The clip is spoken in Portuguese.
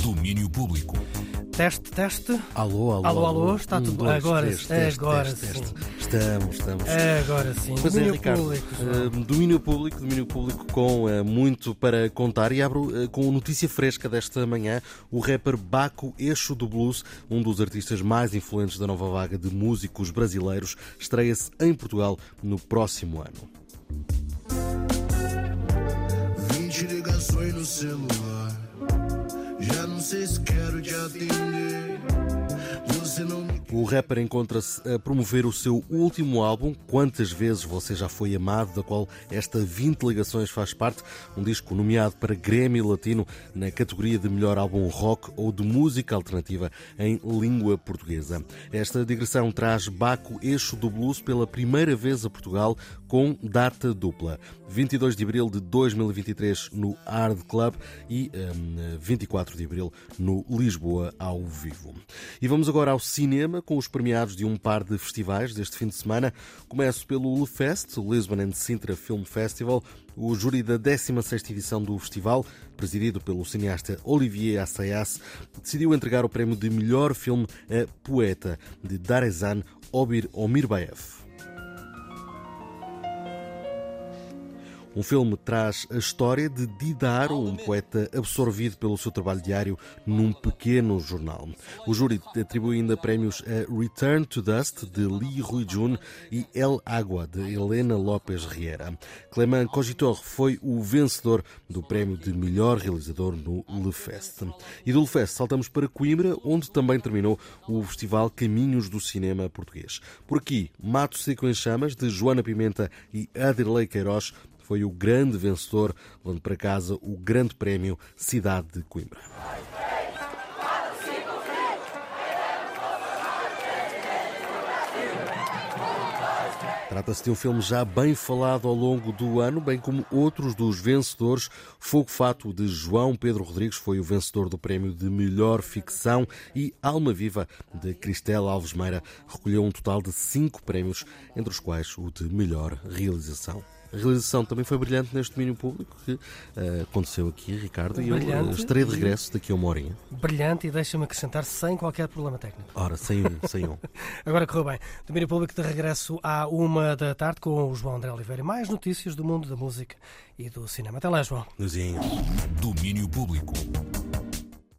Domínio público. Teste. Alô. Alô, está tudo bem? Agora sim. Estamos. Agora sim. Pois é, Ricardo, domínio público com muito para contar, e abro com notícia fresca desta manhã. O rapper Baco, eixo do blues, um dos artistas mais influentes da nova vaga de músicos brasileiros, estreia-se em Portugal no próximo ano. 20 ligações no celular, já não sei se quero te atender. Você não me... O rapper encontra-se a promover o seu último álbum, Quantas Vezes Você Já Foi Amado, da qual esta 20 ligações faz parte, um disco nomeado para Grammy Latino na categoria de melhor álbum rock ou de música alternativa em língua portuguesa. Esta digressão traz Baco, eixo do blues, pela primeira vez a Portugal, com data dupla. 22 de abril de 2023 no Hard Club e 24 de abril no Lisboa ao vivo. E vamos agora ao cinema, com os premiados de um par de festivais deste fim de semana. Começo pelo LeFest, o Lisbon and Sintra Film Festival. O júri da 16ª edição do festival, presidido pelo cineasta Olivier Assayas, decidiu entregar o prémio de melhor filme a Poeta, de Darzan Omirbaev. Um filme traz a história de Didar, um poeta absorvido pelo seu trabalho diário num pequeno jornal. O júri atribui ainda prémios a Return to Dust, de Lee Ruijun, e El Agua, de Helena López Riera. Clément Cogitor foi o vencedor do prémio de melhor realizador no LeFest. E do LeFest saltamos para Coimbra, onde também terminou o festival Caminhos do Cinema Português. Por aqui, Mato Seco em Chamas, de Joana Pimenta e Adirley Queiroz, foi o grande vencedor, levando para casa o grande prémio Cidade de Coimbra. Trata-se de um filme já bem falado ao longo do ano, bem como outros dos vencedores. Fogo Fato, de João Pedro Rodrigues, foi o vencedor do prémio de melhor ficção, e Alma Viva, de Cristela Alves Meira, recolheu um total de 5 prémios, entre os quais o de melhor realização. A realização também foi brilhante neste domínio público que aconteceu aqui, Ricardo, e eu estarei de regresso daqui a uma horinha. Brilhante, e deixa-me acrescentar, sem qualquer problema técnico. Ora, sem um. Agora correu bem. Domínio público de regresso à 1h da tarde com o João André Oliveira e mais notícias do mundo da música e do cinema. Até lá, João. Luzinho. Domínio público.